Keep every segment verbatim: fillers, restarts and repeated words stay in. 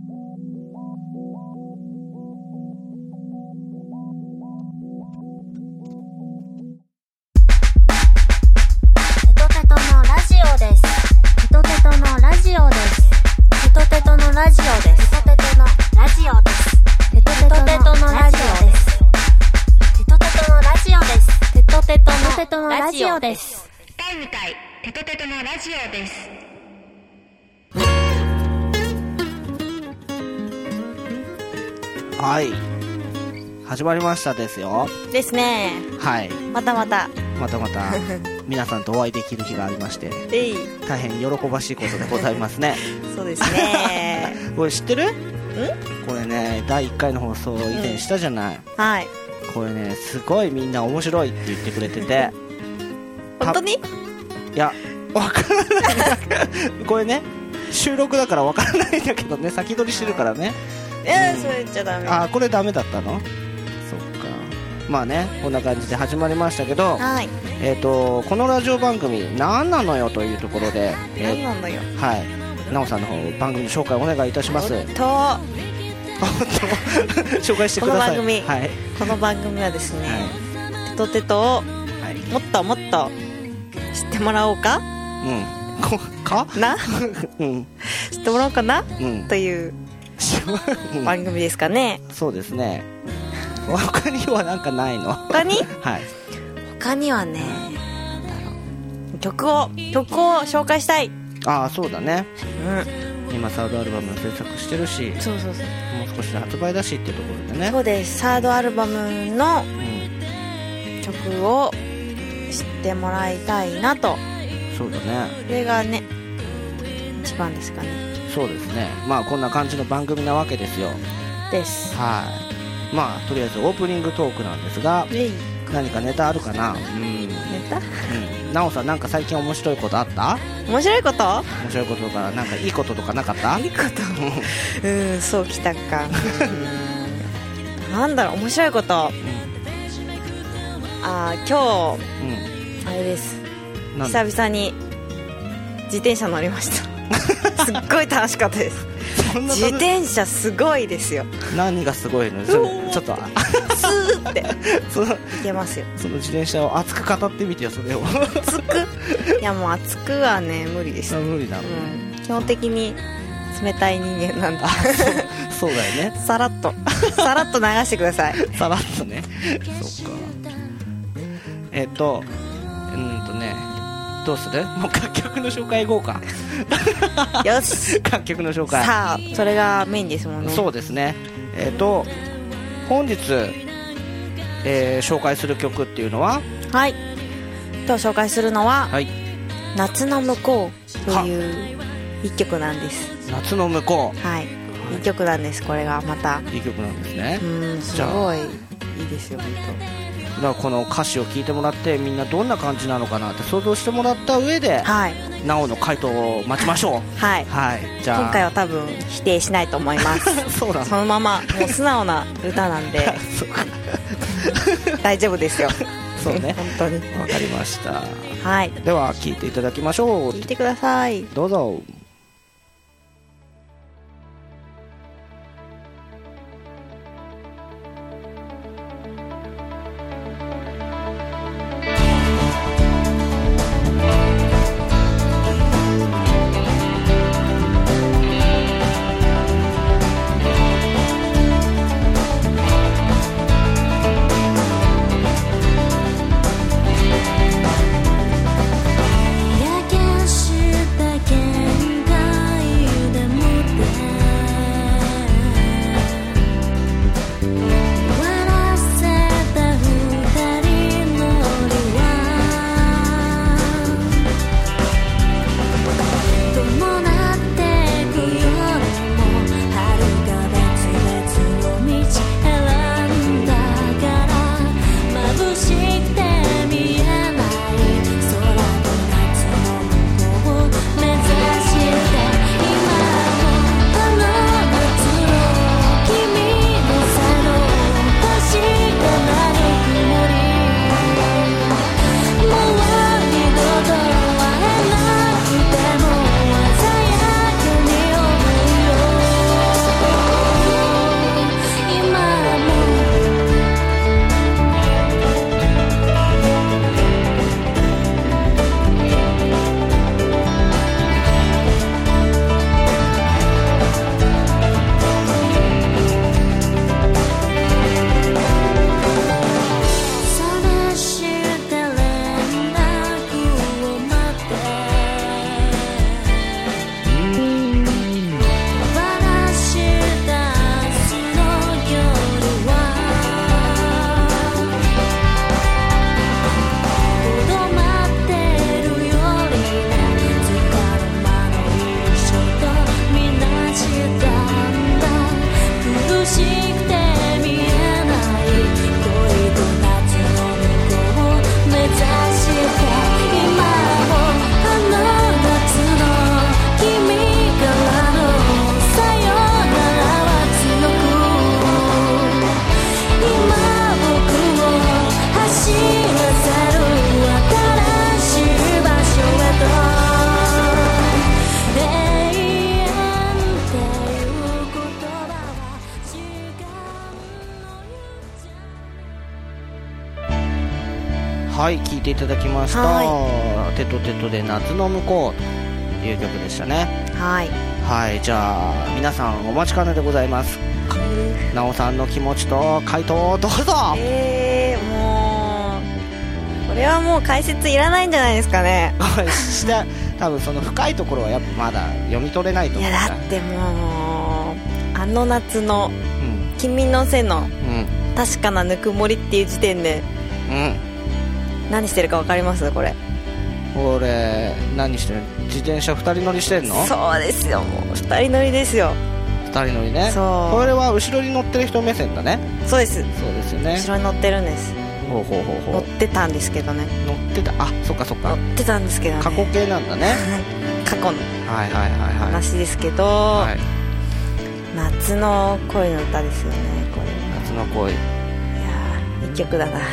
です。タイムタイテトテトのラジオです。 はい、始まりましたですよ。 ですね。 はい。 またまたまたまた皆さんとお会いできる日がありまして、 えい大変喜ばしいことでございますね。 そうですね。 これ知ってる？ ん？ これね、だいいっかいの放送以前したじゃない、 うん、はい。 これね、すごいみんな面白いって言ってくれてて。 本当に？ いや、わからない。これね、収録だからわからないんだけどね、先取りしてるからね。 えー、うん、それ言っちゃダメ。 あ、これダメだったの？そっか。まあね、こんな感じで始まりましたけど、 はい。 えーと、このラジオ番組何なのよというところで、 えー、何なのよ。 はい、なおさんの方番組の紹介お願いいたします。 おっと紹介してください。 この番組、 はい、 この番組はですね、 はい、 テトテトを、はい、もっともっと知ってもらおうか、 うん、こかな、 うん、 知ってもらおうかな、 うん、 という番組ですかね。 そうですね。他にはなんかないの？ 他に？ はい。 他にはね、なんだろう、曲を曲を紹介したい。 ああ、そうだね。 うん。 今サードアルバム制作してるし、 そうそうそう。 もう少しで発売だしっていうところでね。 そうです。サードアルバムの曲を知ってもらいたいなと。 そうだね。 それがね、一番ですかね。 そうですね。まあこんな感じの番組なわけですよ。 です。 はい。まあとりあえずオープニングトークなんですが、何かネタあるかな？うん。 ネタ？うん。 なおさん、なんか最近面白いことあった？ 面白いこと？ 面白いこととか、なんかいいこととかなかった？ いいこと。うん、そうきたか。なんだろう、面白いこと。うん、あ、今日、うん、あれです。久々に自転車乗りました。すっごい楽しかったです。自転車すごいですよ。何がすごいの？ちょっとスーってそのいけますよ。その自転車を熱く語ってみてよ、それを。熱く？いやもう熱くはね、無理です。無理なの、うん、基本的に冷たい人間なんだ。そう、そうだよね。さらっとさらっと流してください。さらっとね。そっか。えっとうんとね、どうする？もう楽曲の紹介いこうか。よし。楽曲の紹介。さあ、それがメインですもんね。そうですね。えっと本日、えー、紹介する曲っていうのは、はい、今日紹介するのは、はい、夏の向こうという一曲なんです。夏の向こう、はい、いい曲なんです。これがまたいい曲なんですね。うん、すごいいいですよ、本当。だからこの歌詞を聞いてもらって、みんなどんな感じなのかなって想像してもらった上で、はい、なおの回答を待ちましょう。はい、はい、じゃあ今回は多分否定しないと思います。そうだ、そのままもう素直な歌なんで大丈夫ですよ。そうね、本当にわかりました。はい、では聞いていただきましょう。聞いてください。どうぞ。 焼けした剣はい、聴いていただきました、はい、テトテトで夏の向こうという曲でしたね。 はい、 はい、じゃあ皆さんお待ちかねでございます。なおさんの気持ちと回答をどうぞ。 えー、もうこれはもう解説いらないんじゃないですかね。 多分その深いところはやっぱまだ読み取れないと思う。 いやだってもうあの夏の、うん、君の背の、うん、確かなぬくもりっていう時点で、うん、何してるか分かります？これこれ何してる？自転車ふたり乗りしてんの？ そうですよ、もうふたり乗りですよ。 ふたり乗りね。 そう、 これは後ろに乗ってる人目線だね。 そうです、 そうですよね。 後ろに乗ってるんです。 ほうほうほうほう。 乗ってたんですけどね。 乗ってた、あ、そっかそっか。 乗ってたんですけどね。 過去形なんだね。 過去のはいはいはいはい話ですけど、はい、夏の恋の歌ですよね、これ。 夏の恋。いやー、いい曲だな。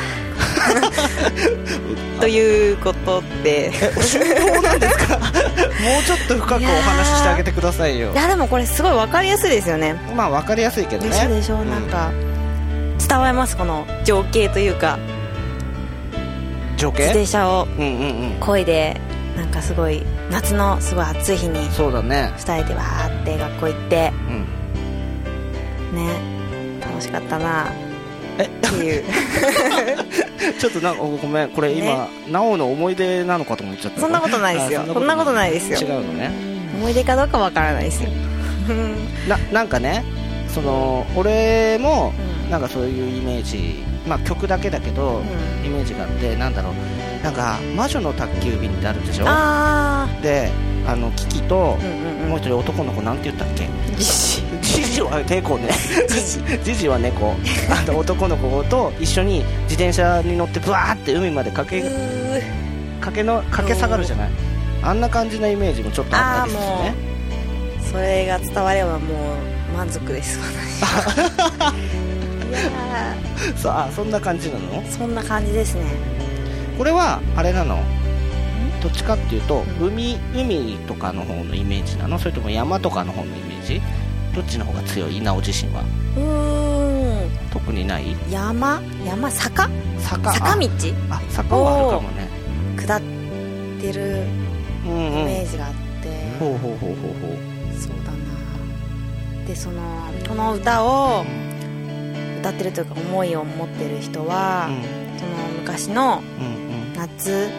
ということで、 え、お仕事なんですか？もうちょっと深くお話ししてあげてくださいよ。 いやでもこれすごい分かりやすいですよね。 まあ分かりやすいけどね。 でしょでしょ、うん、なんか伝わります、この情景というか。 情景？ 自転車を漕いで、 うんうんうん、 なんかすごい夏のすごい暑い日にそうだね、 ふたりでわーって学校行って、 うん、 ね、楽しかったなえっていうちょっとなんかごめん、これ今、ね、なおの思い出なのかと思っちゃった。 そんなことないですよ。そんなことないですよ。 違うのね。 思い出かどうかわからないですよ。 な, なんかね、その俺もなんかそういうイメージ、まあ曲だけだけど、うん、イメージがあって、なんだろう、なんか魔女の宅急便ってあるでしょ。 あで、あのキキと、 うんうんうん、 もう一人男の子なんて言ったっけ？ ジジジジは猫ね。ジジは猫。あの男の子と一緒に自転車に乗ってブワーって海まで駆け駆けの駆け下がるじゃない。あんな感じのイメージもちょっとあったりするね。 それが伝わればもう満足です。いやさあ、そんな感じなの？ そんな感じですね。 これはあれなの？どっちかっていうと、うん、海海とかの方のイメージなの？それとも山とかの方のイメージ？どっちの方が強い？なお自身は。 うーん、 特にない？ 山山坂坂坂道？ あ、坂はあるかもね。 下ってるイメージがあって、 うんうん、ほうほうほうほうほう。そうだな。で、そのこの歌を歌ってるというか思いを持ってる人は、うん、その昔の夏、うんうん、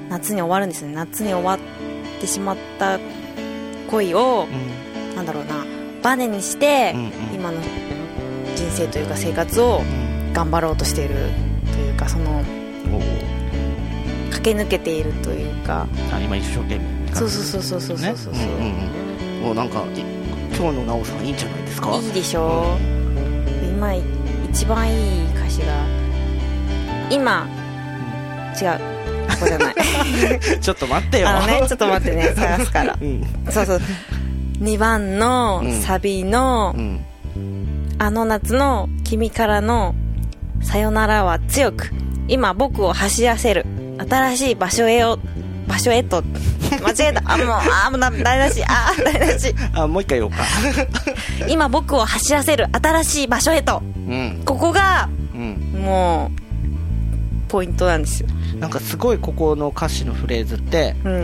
夏に終わるんですね。夏に終わってしまった恋を、うん、なんだろうな、バネにして、うんうん、今の人生というか生活を頑張ろうとしているというか、その駆け抜けているというか、 あ、今一生懸命、 そうそうそうそうそうそうそう、ね、 うんうん、もうなんか今日のなおさんいいんじゃないですか？ いいでしょう、うん、今一番いい歌詞が今、うん、違う、ここじゃないちょっと待ってよ、 あのね、ちょっと待ってね、探すから、うん、そうそう、にばんのサビの、うんうん、あの夏の君からのさよならは強く、今僕を走らせる新しい場所へを場所へと間違えた、あ、もう、あ、もう台無し、あ、台無し、 あ、もう一回言おうか今僕を走らせる新しい場所へと、うん、ここが、うん、もうポイントなんですよ。 なんかすごいここの歌詞のフレーズって、うん、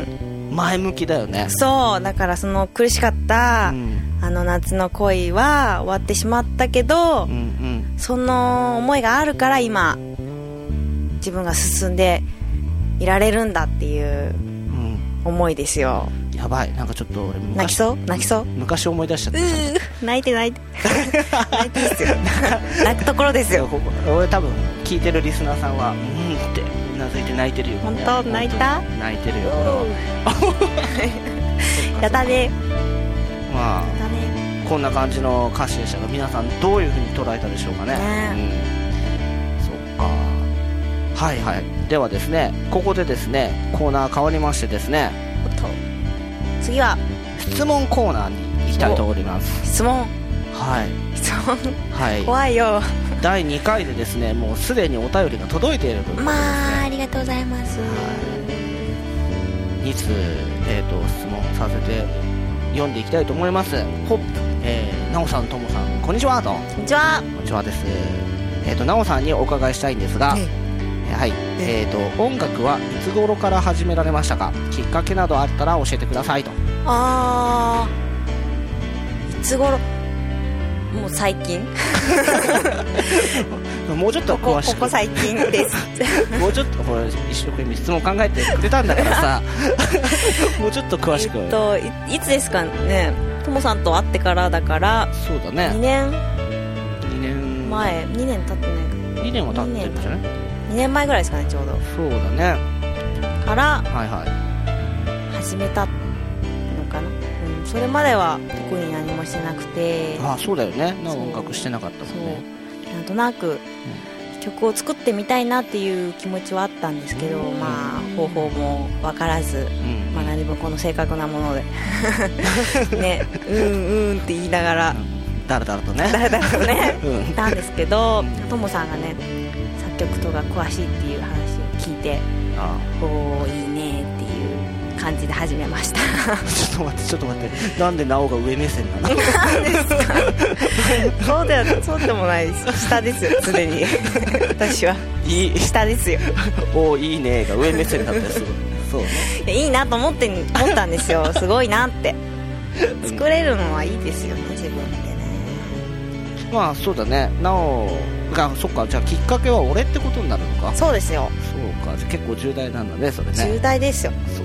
前向きだよね。 そうだから、その苦しかった、うん、あの夏の恋は終わってしまったけど、うんうん、その思いがあるから今自分が進んでいられるんだっていう思いですよ。 うん、やばい、なんかちょっと俺泣きそう泣きそう昔思い出しちゃった。 うー泣いて泣いて泣いていいですよ泣くところですよ。 俺多分聞いてるリスナーさんはうんってうなずいて泣いてるよ。 本当？泣いた？ 泣いてるよやだね。 まあ、 だね、 こんな感じの歌詞でしたが、皆さんどういう風に捉えたでしょうかね。 ね、 うん、そうか。はいはい。ではですね、ここでですねコーナー変わりましてですね、 おっと次は質問コーナーに行きたいと思います。 質問、 はい質問、はい、怖いよ。 だいにかいでですね、もうすでにお便りが届いているということですね。 まあありがとうございます。 に通、えー、と質問させて読んでいきたいと思います。 ほっ、 えー、なおさん、ともさん、こんにちはと。 こんにちは。 こんにちはです。えー、となおさんにお伺いしたいんですが、えー、はい、えー、と音楽はいつ頃から始められましたか。きっかけなどあったら教えてくださいと。 あー、いつ頃、もう最近もうちょっと詳しく。 ここ、ここ最近ですもうちょっとこれ一生懸命質問考えてくれたんだからさもうちょっと詳しく。 えっと い, いつですかね。ともさんと会ってからだから、 そうだね、 にねんにねんまえ。 にねん経ってないか。 にねんは経ってるんじゃない。 にねんまえぐらいですかね、ちょうど。 そうだね。 からはいはい始めたのかな、うん、それまでは特に何もしてなくて。 ああ、そうだよね、な音楽してなかったもんね。 なんとなく、うん、曲を作ってみたいなっていう気持ちはあったんですけど、うん、まあ方法も分からず、うん、まあ、何もこの正確なものでね、うんうんって言いながら、 うん、だらだらとねだらだらとねうん、 なんですけど、ともさんがね作曲とか詳しいっていう話を聞いて、ああ、おーいいねっていう感じで始めましたちょっと待ってちょっと待って、なんでなおが上目線なのなんですかそうではそうでもないです、下ですよ常に私はいい下ですよおーいいねが上目線だったりするそうね、 いや、いいなと思って思ったんですよすごいなって作れるのはいいですよね、自分でね。 まあそうだね、なおが、そっか、じゃあきっかけは俺ってことになるのか。 そうですよ。 そうか、結構重大なんだね、それね。 重大ですよ。 そうかそう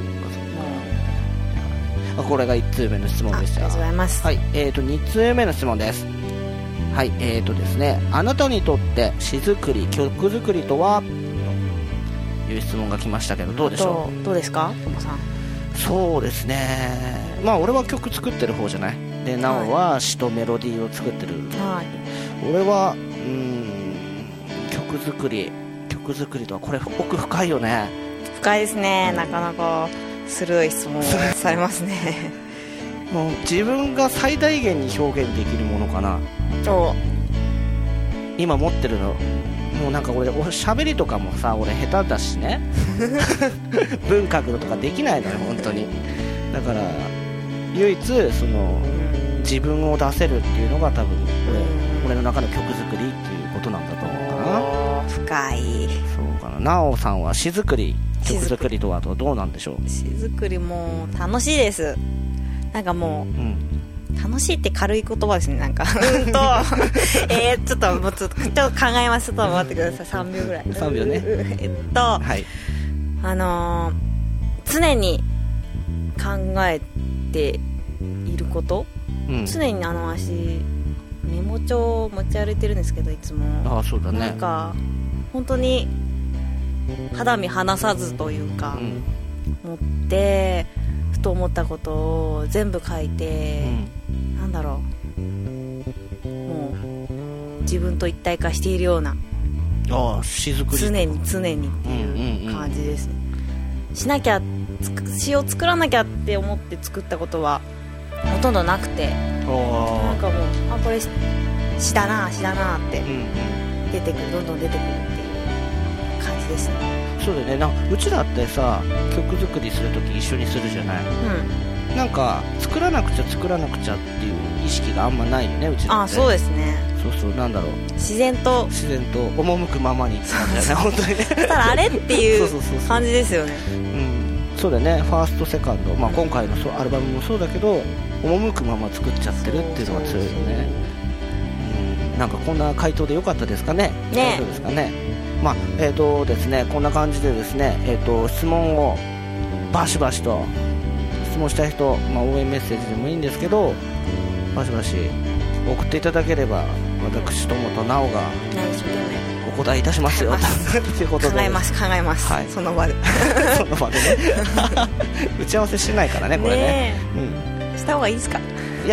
か、うん、これがいち通目の質問でした。 ありがとうございます。 はい、えーとに通目の質問です。はい、えーとですね、あなたにとって詩作り、曲作りとはという質問が来ましたけど、どうでしょう。どうですか、ともさん。 そうですね、まあ俺は曲作ってる方じゃない。で、なおは詩とメロディーを作ってる、はい、俺はうーん曲作り曲作りとはこれ奥深いよね。 深いですね、なかなか鋭い質問をされますねもう自分が最大限に表現できるものかな。 そう今持ってるのもうなんか俺喋りとかもさ、俺下手だしね文書くのとかできないのよ本当に。だから唯一その自分を出せるっていうのが多分俺、俺の中の曲作りっていうことなんだと思うかな。 深い。 そうかな。なおさんは詩作り、曲作りとはどうなんでしょう。 詩作りも楽しいです。なんかもう、うん、楽しいって軽い言葉ですね、なんかうんとえーちょっともうちょっとちょっと考えます。ちょっと待ってください、さんびょうぐらい。 さんびょうね。 えっと、はい、あのー、常に考えていること、うん、常にあの足メモ帳を持ち歩いてるんですけど、いつも。 ああ、そうだね。 なんか本当に肌身離さずというか、うん、持ってふと思ったことを全部書いて、うん、なんだろう、もう自分と一体化しているような、 ああ、詩作り常に常にっていう感じですね、うんうんうん、しなきゃ詩を作らなきゃって思って作ったことはほとんどなくて、なんかもう、あ、これ詩だな詩だなって出てくる、どんどん出てくるっていう感じですね。 そうだよね。なんかうちらってさ、曲作りするとき一緒にするじゃない、うん、なんか作らなくちゃ作らなくちゃっていう意識があんまないよね、うちらって。 あ、そうですね。 そうそう、なんだろう、 自然と自然と赴くままにって感じだね本当にね。 そしたらあれっていう感じですよね。 うん、そうだね。ファーストセカンド、まあ、今回のアルバムもそうだけど、赴くまま作っちゃってるっていうのが強いよね。うん、なんかこんな回答でよかったですかね。 ね、 そうですかね。まあ、えーとですね、こんな感じでですね、えーと質問をバシバシと質問したい人、まあ、応援メッセージでもいいんですけど、バシバシ送っていただければ、私ともとなおがお答えいたしますよということで、 考えます考えます、はい、その場でその場でね打ち合わせしないからね、これね、ね、 うん、した方がいいですか。 いや、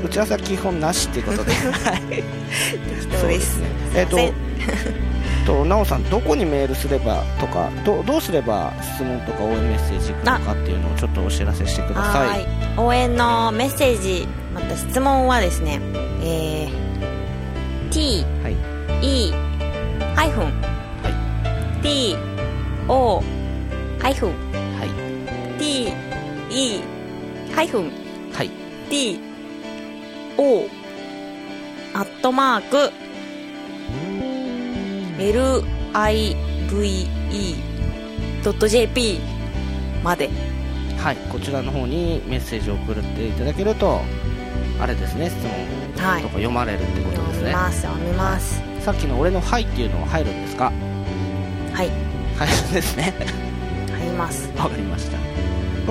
打ち合わせは基本なしっていうことではいそうです。 えっ、ー、ととなおさん、どこにメールすればとか ど, どうすれば質問とか応援メッセージとかっていうのをちょっとお知らせしてください。 はい、応援のメッセージまた質問はですね、えー、t、はい、e ハイフン、はい、t o ハイフン、はい、t e ハイフン、はい、t o アットマークエルアイブイイードットジェーピー まで、 はい、こちらの方にメッセージを送っていただけるとあれですね、質問とか読まれるってことですね。 はい、読みます読みます。 さっきの俺のはいっていうのは入るんですか？ はい、 入るんですね入ります。 わかりました。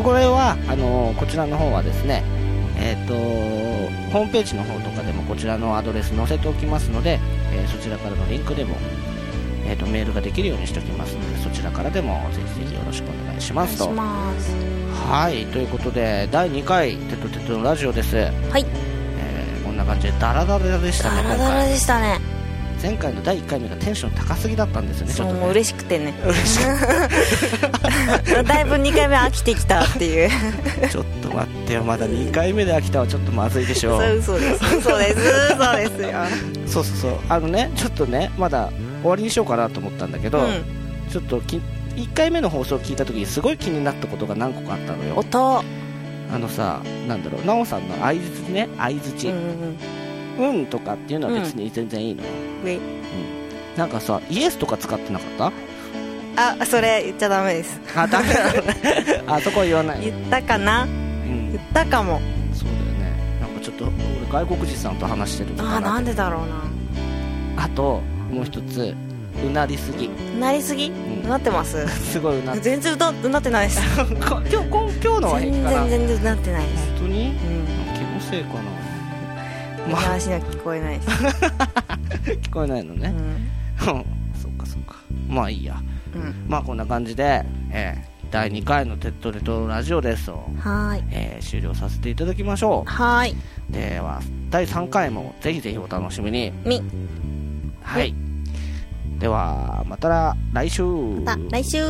これはあのー、こちらの方はですね、えーとホームページの方とかでもこちらのアドレス載せておきますので、えー、そちらからのリンクでも、えー、とメールができるようにしておきますので、そちらからでもぜひぜひよろしくお願いしますと。 お願いします。 はい、ということでだいにかいテトテトのラジオです。はい、えー、こんな感じでダラダラでしたね。 ダラダラでしたね。 前回のだいいっかいめがテンション高すぎだったんですよね。ちょっとね、 もう嬉しくてねだいぶにかいめ飽きてきたっていうちょっと待ってよ、まだにかいめで飽きたはちょっとまずいでしょう。 嘘です嘘です嘘ですよそうそうそう、あのね、ちょっとねまだ終わりにしようかなと思ったんだけど、うん、ちょっときいっかいめの放送を聞いた時にすごい気になったことが何個かあったのよ。 音、 あのさ、なんだろう、なおさんの相づちね、相づち、うん、うん、うんとかっていうのは別に全然いいのよ、うんうん、なんかさ、イエスとか使ってなかった？ あ、それ言っちゃダメです。 あ、ダメなのねあそこは言わない。 言ったかな、うん、言ったかも。 そうだよね。なんかちょっと俺外国人さんと話してるのかな。 あ、なんでだろうな。 あともう一つ、うなりすぎ。 うなりすぎ、うん、うなってますすごいうなって全然うな、うなってないです今日、今日のは変かな。 全然全然うなってないです。 本当に、うん、気のせいかな。 話には聞こえないです聞こえないのね、うん、そっかそっか、まあいいや、うん、まあこんな感じで、えー、だいにかいのテッドレトラジオですを、はい、えー、終了させていただきましょう。はい、ではだいさんかいもぜひぜひお楽しみに。みはい、ではまた来週。 また来週。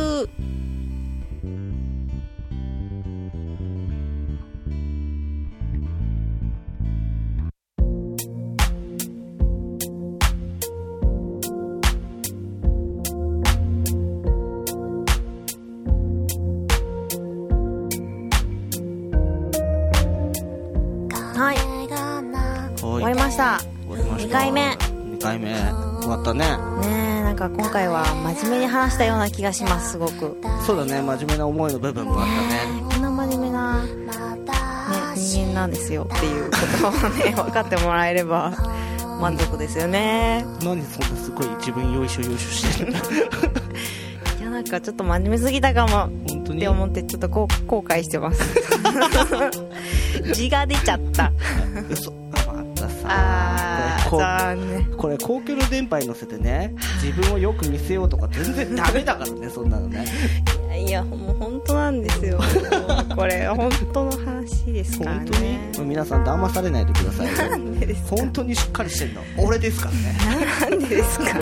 はい、終わりました。にかいめにかいめ終わったね。 ねえ、なんか今回は真面目に話したような気がします。すごく。 そうだね、真面目な思いの部分もあったね。 こんな真面目な、ね、人間なんですよっていうことをね分かってもらえれば満足ですよね。 何そんなすごい自分よいしょよいしょしてるいや、なんかちょっと真面目すぎたかもって思ってちょっと後悔してます字が出ちゃった嘘、またさあこれ, これ公共の電波に乗せてね、自分をよく見せようとか全然ダメだからねそんなのね。 いやいや、もう本当なんですよこれ本当の話ですからね。 本当に皆さん騙されないでくださいよ。 なんでですか。 本当にしっかりしてんの俺ですからね。 なんでですか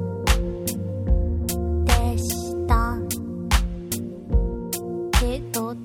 と